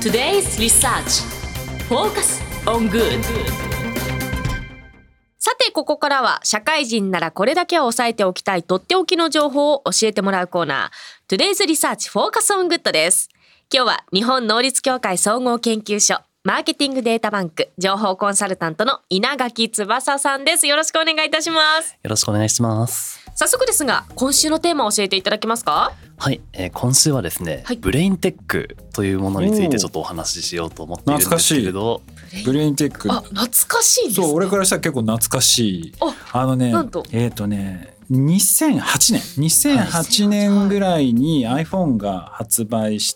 Today's Research Focus on Good。 さてここからは社会人ならこれだけは押さえておきたいとっておきの情報を教えてもらうコーナー Today's Research Focus on Good です。今日は日本能率協会総合研究所マーケティングデータバンク情報コンサルタントの稲垣翼さんです。よろしくお願いいたします。 よろしくお願いします。 早速ですが今週のテーマを教えていただけますか？ はい、今週はですね、ブレインテックというものについてちょっとお話ししようと思っているんですけれど。 ブレインテック、 懐かしいですね。 そう、俺からしたら結構懐かしい。 なんと 2008年ぐらいに iPhone が発売して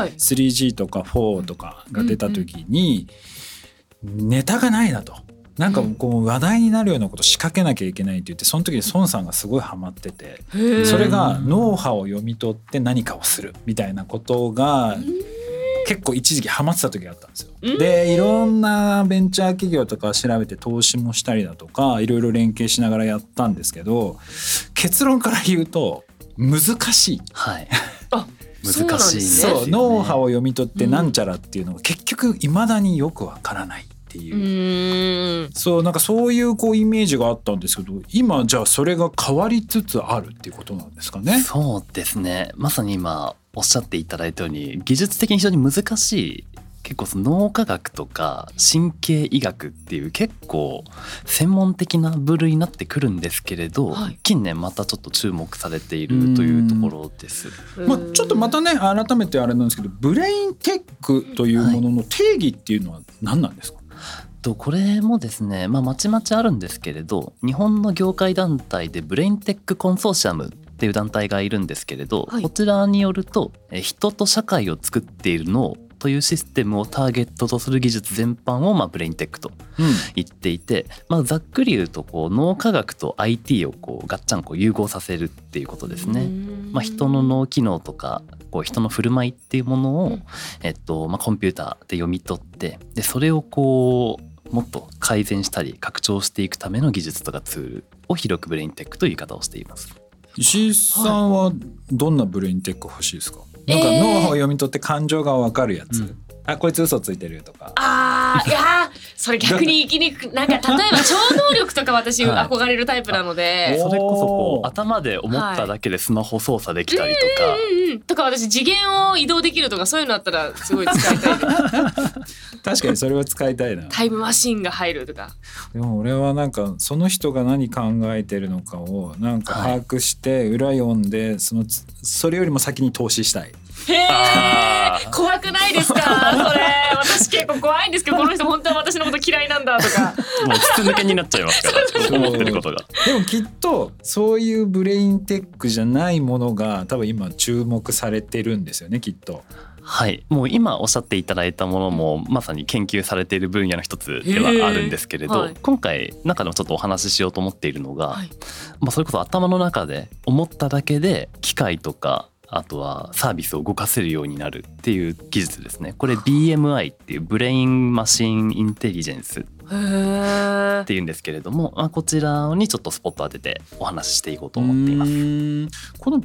、3G とか4とかが出た時にネタがないなと、なんかこう話題になるようなこと仕掛けなきゃいけないって言って、その時に孫さんがすごいハマってて、それが脳波を読み取って何かをするみたいなことが結構一時期ハマってた時があったんですよ。でいろんなベンチャー企業とか調べて投資もしたりだとかいろいろ連携しながらやったんですけど、結論から言うと難しい。 はい難しいね。 そう、脳波を読み取ってなんちゃらっていうのが結局未だによくわからないっていう、そうなんかそういうこうイメージがあったんですけど、今じゃあそれが変わりつつあるっていうことなんですかね。 そうですね、まさに今おっしゃっていただいたように技術的に非常に難しい、結構その脳科学とか神経医学っていう結構専門的な部類になってくるんですけれど、近年またちょっと注目されているというところです。 ちょっとまたね改めてあれなんですけど、ブレインテックというものの定義っていうのは何なんですか？ これもですね、まちまちあるんですけれど、日本の業界団体でブレインテックコンソーシアムっていう団体がいるんですけれど、こちらによると人と社会を作っている脳というシステムをターゲットとする技術全般をブレインテックと言っていて、ざっくり言うと脳科学と IT をガッチャン融合させるっていうことですね。人の脳機能とか人の振る舞いっていうものを、コンピューターで読み取って、でそれをもっと改善したり拡張していくための技術とかツールを広くブレインテックという言い方をしています。 石井さんはどんなブレインテック欲しいですか？なんか脳波を読み取って感情が分かるやつ、こいつ嘘ついてるとか。 いやそれ逆に生きにくく、なんか例えば超能力とか私憧れるタイプなので、 それこそ頭で思っただけでスマホ操作できたりとか、私次元を移動できるとかそういうのあったらすごい使いたいです確かにそれは使いたいな。 タイムマシンが入るとか。 でも俺はなんかその人が何考えてるのかをなんか把握して裏読んで、それよりも先に投資したい。 怖くないですか？それ私結構怖いんですけど、この人本当は私のこと嫌いなんだとかもう筒抜けになっちゃいますから思ってることが。 でもきっとそういうブレインテックじゃないものが多分今注目されてるんですよね、きっと。 はい、もう今おっしゃっていただいたものもまさに研究されている分野の一つではあるんですけれど、今回中でもちょっとお話ししようと思っているのが、それこそ頭の中で思っただけで機械とかあとはサービスを動かせるようになるっていう技術ですね。これ BMI っていうブレインマシンインテリジェンスっていうんですけれども、こちらにちょっとスポット当ててお話ししていこうと思っています。 この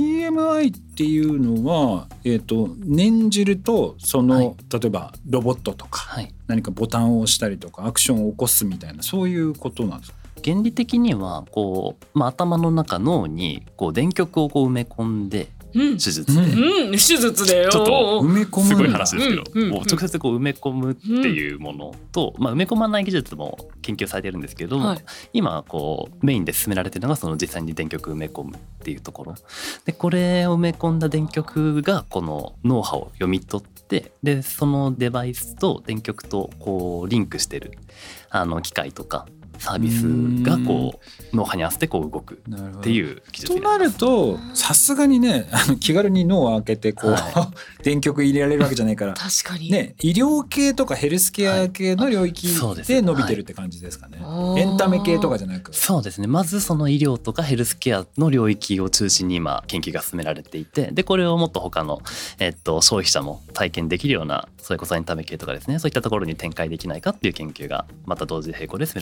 BMI っていうのは、念じると例えばロボットとか、何かボタンを押したりとかアクションを起こすみたいな、そういうことなんですか？ 原理的には頭の中脳に電極を埋め込んで手術で、 手術でちょっと埋め込むすごい話ですけど、直接埋め込むっていうものと、埋め込まない技術も研究されてるんですけども、今メインで進められているのが実際に電極埋め込むっていうところで、これを埋め込んだ電極がこの脳波を読み取って、でそのデバイスと電極とリンクしてる機械とかサービスが脳波に合わせて動くっていう技術になります。 となるとさすがにね気軽に脳を開けて電極入れられるわけじゃないから確かに、 ね、医療系とかヘルスケア系の領域で伸びてるって感じですかね。エンタメ系とかじゃなく。 そうですね、まずその医療とかヘルスケアの領域を中心に今研究が進められていて、でこれをもっと他の、消費者も体験できるような、それこそエンタメ系とかですね、そういったところに展開できないかっていう研究がまた同時並行で進められているような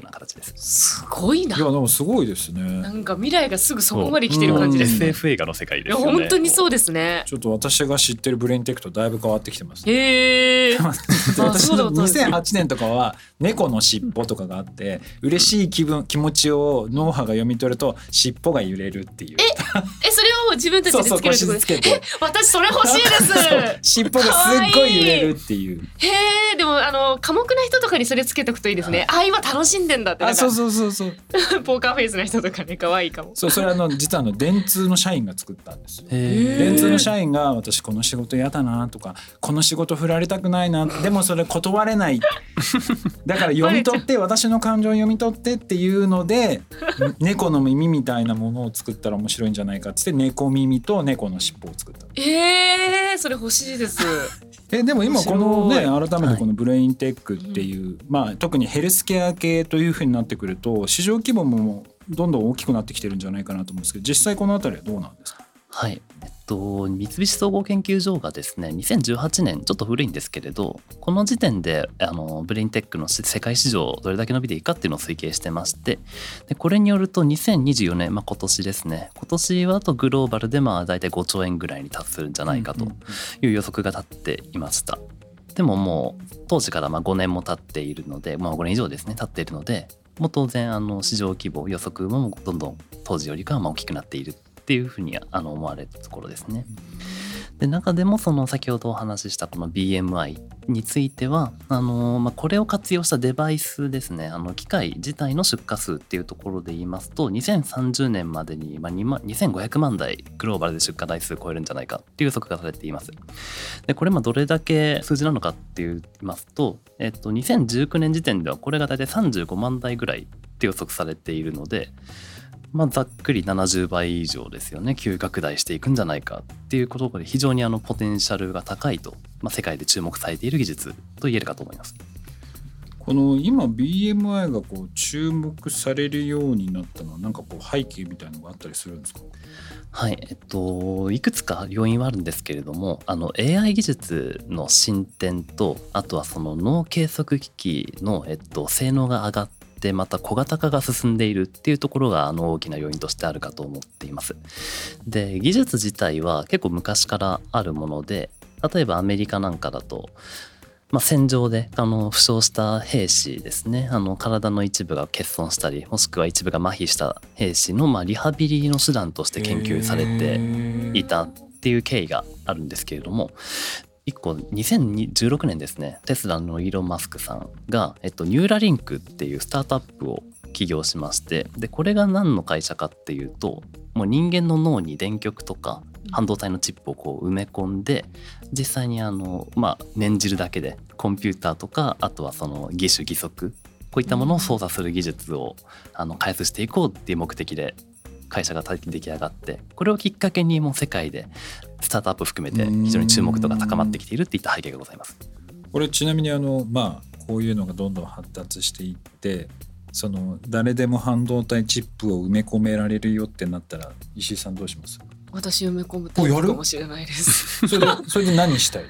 な形です。 すごいな。 いやでもすごいですね。 なんか未来がすぐそこまで来てる感じです、 SF 映画の世界ですよね。 本当にそうですね。 ちょっと私が知ってるブレインテックとだいぶ変わってきてます、 ね。へー私の2008年とかは猫の尻尾とかがあって嬉しい気持ちを脳波が読み取ると尻尾が揺れるっていう。 それを自分たちでつけるってことですか？私それ欲しいです尻尾がすっごい揺れるっていう。 へえ。でも寡黙な人とかにそれつけとくといいですね。今楽しんでんだって。なんかそうポーカーフェイスな人とかね、可愛いかも。 それ実は電通の社員が作ったんですよ。電通の社員が私この仕事嫌だなとかこの仕事振られたくないな、でもそれ断れないだから読み取って私の感情を読み取ってっていうので猫の耳みたいなものを作ったら面白いんじゃないかっつって猫耳と猫の尻尾を作った。 それ欲しいですでも今このね改めてこのブレインテックっていう、特にヘルスケア系という風になってくると市場規模もどんどん大きくなってきてるんじゃないかなと思うんですけど、実際このあたりはどうなんですか？ はい、三菱総合研究所がですね2018年ちょっと古いんですけれど、この時点でブレインテックの世界市場どれだけ伸びていくかっていうのを推計してまして、でこれによると2024年、今年ですね、今年はあとグローバルでだいたい5兆円ぐらいに達するんじゃないかという予測が立っていました。でももう当時から5年も経っているので、5年以上ですね経っているので、もう当然市場規模予測もどんどん当時よりかは大きくなっているっていうふうに思われるところですね。で中でも先ほどお話ししたこの BMI についてはこれを活用したデバイスですね、機械自体の出荷数っていうところで言いますと2030年までに2500万台グローバルで出荷台数超えるんじゃないかっていう予測がされています。でこれどれだけ数字なのかって言いますと、2019年時点ではこれが大体35万台ぐらいって予測されているので、ざっくり70倍以上ですよね。急拡大していくんじゃないかっていうことで非常にポテンシャルが高いと、世界で注目されている技術と言えるかと思います。 この今 BMI が注目されるようになったのはなんか背景みたいなのがあったりするんですか？ はい、いくつか要因はあるんですけれども、AI 技術の進展と、あとは脳計測機器の、性能が上がってでまた小型化が進んでいるっていうところが大きな要因としてあるかと思っています。で技術自体は結構昔からあるもので、例えばアメリカなんかだと、戦場で負傷した兵士ですね、体の一部が欠損したりもしくは一部が麻痺した兵士のリハビリの手段として研究されていたっていう経緯があるんですけれども、1個2016年ですね、テスラのイーロン・マスクさんが、ニューラリンクっていうスタートアップを起業しまして、でこれが何の会社かっていうと、もう人間の脳に電極とか半導体のチップを埋め込んで、実際に念じるだけでコンピューターとか、あとは義手義足こういったものを操作する技術を開発していこうっていう目的で会社が出来上がって、これをきっかけにもう世界でスタートアップ含めて非常に注目度が高まってきているっていった背景がございます。 これちなみにこういうのがどんどん発達していって、誰でも半導体チップを埋め込められるよってなったら石井さんどうします？ 私埋め込むタイプかもしれないですそれで何したい？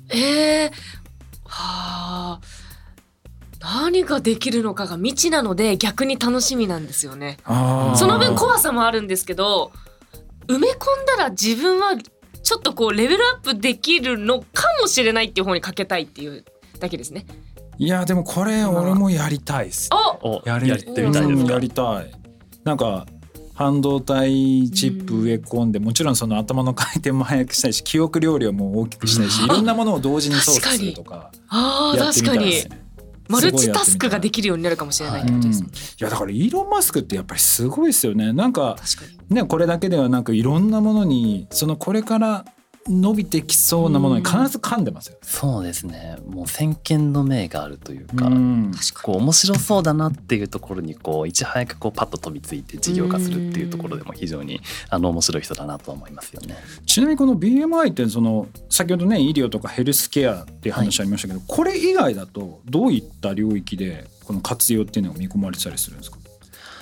何ができるのかが未知なので逆に楽しみなんですよね。その分怖さもあるんですけど、埋め込んだら自分はちょっとレベルアップできるのかもしれないっていう方にかけたいっていうだけですね。 いやでもこれ俺もやりたいです。 やってみたいですか？ やりたい。なんか半導体チップ植え込んで、もちろん頭の回転も速くしたいし、記憶容量も大きくしたいし、いろんなものを同時に操作するとかやってみたいですね。 マルチタスクができるようになるかもしれないってことですね。 いやだからイーロン・マスクってやっぱりすごいですよね。なんかね、これだけではなくいろんなものにこれから伸びてきそうなものに必ず噛んでますよ。 そうですね、もう先見の明があるというか、面白そうだなっていうところにいち早くパッと飛びついて事業化するっていうところでも非常に面白い人だなと思いますよね。 ちなみにこの BMI って先ほどね医療とかヘルスケアっていう話ありましたけど、これ以外だとどういった領域でこの活用っていうのが見込まれてたりするんですか？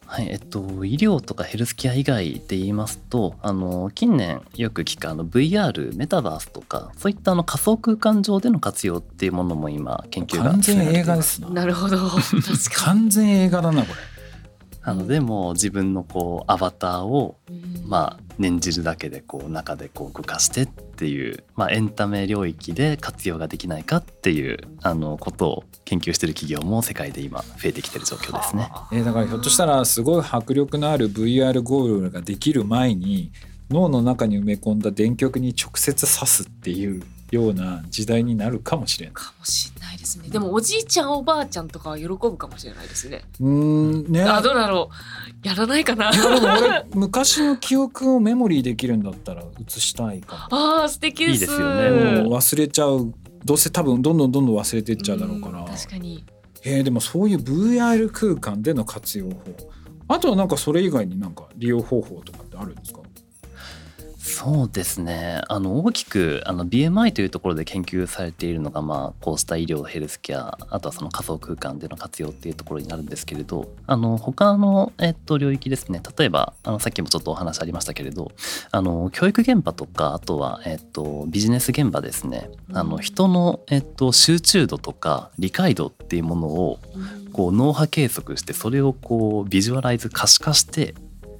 はい、医療とかヘルスケア以外で言いますと、近年よく聞くVR メタバースとか、そういった仮想空間上での活用っていうものも今研究が進められています。 完全映画ですな。 なるほど、確かに完全映画だなこれ。 でも自分のアバターを念じるだけで中で動かしてっていう、エンタメ領域で活用ができないかっていうことを研究している企業も世界で今増えてきている状況ですね。 だからひょっとしたらすごい迫力のある VR ゴーグルができる前に脳の中に埋め込んだ電極に直接刺すっていうような時代になるかもしれない。 かもしれないですね。でもおじいちゃんおばあちゃんとかは喜ぶかもしれないですね。 ね。 どうだろう、やらないかな。 いやでも俺昔の記憶をメモリーできるんだったら移したいかも。素敵です。 いいですよね。 もう忘れちゃう、どうせ多分どんどん忘れていっちゃうだろうから。 確かに。 でもそういう VR 空間での活用法、あとはなんかそれ以外になんか利用方法とかってあるんですか？ そうですね、大きくBMI というところで研究されているのが、こうした医療ヘルスケア、あとはその仮想空間での活用っていうところになるんですけれど、他の、領域ですね。例えばさっきもちょっとお話ありましたけれど、教育現場とか、あとは、ビジネス現場ですね。人の、集中度とか理解度っていうものを脳波計測して、それをビジュアライズ可視化して、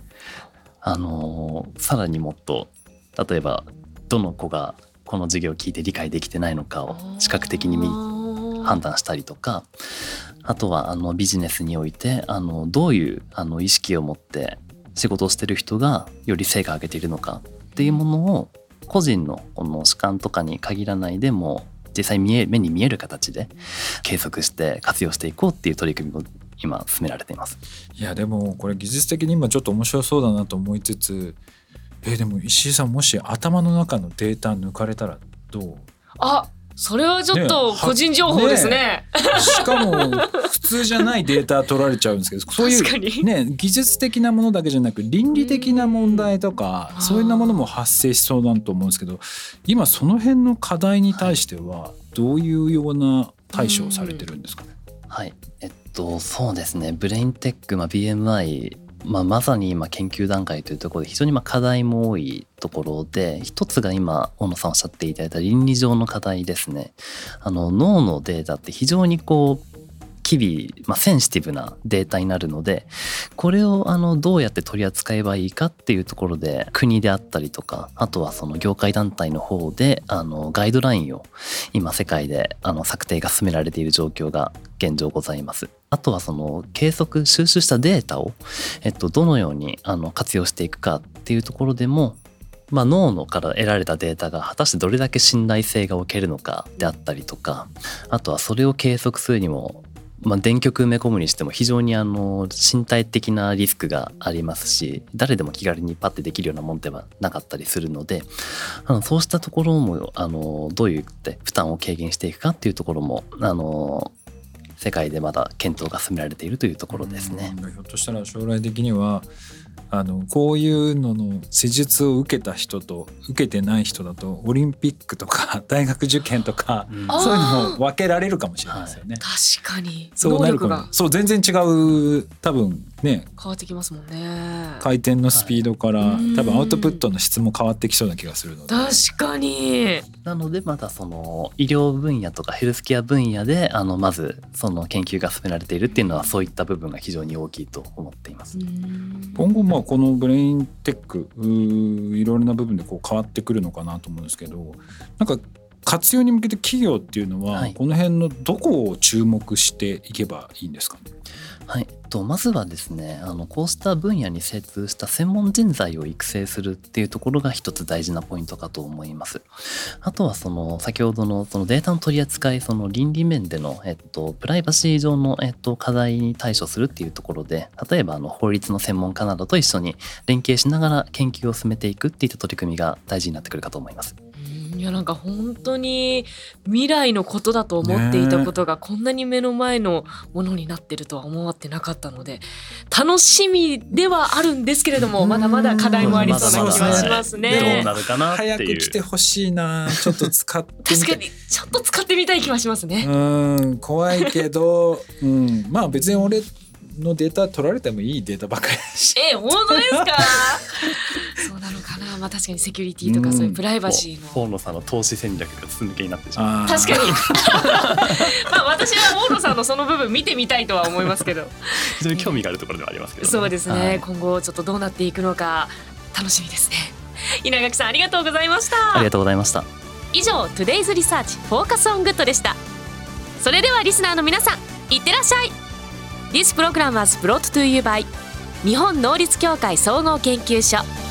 さらにもっと例えばどの子がこの授業を聞いて理解できてないのかを視覚的に判断したりとか、あとはビジネスにおいてどういう意識を持って仕事をしてる人がより成果を上げているのかっていうものを個人のこの主観とかに限らないでも実際目に見える形で計測して活用していこうっていう取り組みも今進められています。 いやでもこれ技術的に今ちょっと面白そうだなと思いつつ、でも石井さん、もし頭の中のデータ抜かれたらどう？ それはちょっと個人情報ですね。 しかも普通じゃないデータ取られちゃうんですけど、そういう技術的なものだけじゃなく倫理的な問題とかそういうものも発生しそうだと思うんですけど、今その辺の課題に対してはどういうような対処をされてるんですかね？ はい、そうですね。ブレインテック、BMI、まさに今研究段階というところで非常に課題も多いところで、一つが今大野さんおっしゃっていただいた倫理上の課題ですね。脳のデータって非常に機微、センシティブなデータになるので、これをどうやって取り扱えばいいかっていうところで、国であったりとか、あとはその業界団体の方でガイドラインを今世界で策定が進められている状況が現状ございます。あとはその計測収集したデータをどのように活用していくかっていうところでも、脳から得られたデータが果たしてどれだけ信頼性が置けるのかであったりとか、あとはそれを計測するにも電極埋め込むにしても非常に身体的なリスクがありますし、誰でも気軽にパッてできるようなものではなかったりするので、そうしたところもどういう負担を軽減していくかっていうところも世界でまだ検討が進められているというところですね。 ひょっとしたら将来的にはこういうのの施術を受けた人と受けてない人だとオリンピックとか大学受験とか、そういうのも分けられるかもしれないですよね。 確かにそうなるかも。そう全然違う、多分ね、 変わってきますもんね。 回転のスピードから、多分アウトプットの質も変わってきそうな気がするので。 確かに。 なのでまだその医療分野とかヘルスケア分野でまずその研究が進められているっていうのは、そういった部分が非常に大きいと思っています。 今後このブレインテックいろいろな部分で変わってくるのかなと思うんですけど、なんか活用に向けて企業っていうのは、この辺のどこを注目していけばいいんですかね？ はい、まずはですね、こうした分野に精通した専門人材を育成するっていうところが一つ大事なポイントかと思います。あとは先ほどのそのデータの取り扱い、その倫理面での、プライバシー上の、課題に対処するっていうところで、例えば法律の専門家などと一緒に連携しながら研究を進めていくっていった取り組みが大事になってくるかと思います。 いや、なんか本当に未来のことだと思っていたことがこんなに目の前のものになってるとは思ってなかったので、楽しみではあるんですけれども、まだまだ課題もありそうな気がしますね。 どうなるかなっていう。 早く来てほしいな。ちょっと使ってみたい。 確かにちょっと使ってみたい気がしますね。 怖いけど、別に俺のデータ取られてもいいデータばっかりだし。 本当ですかそうなのかな。まあ確かにセキュリティとかそういうプライバシーの、 大野さんの投資戦略が筒抜けになってしまう。 確かにまあ私は大野さんのその部分見てみたいとは思いますけど非常に興味があるところではありますけど、ね、 そうですね、今後ちょっとどうなっていくのか楽しみですね。稲垣さんありがとうございました。 ありがとうございました。 以上 Today's Research Focus on Good でした。それではリスナーの皆さんいってらっしゃい。 This program was brought to you by 日本能率協会総合研究所。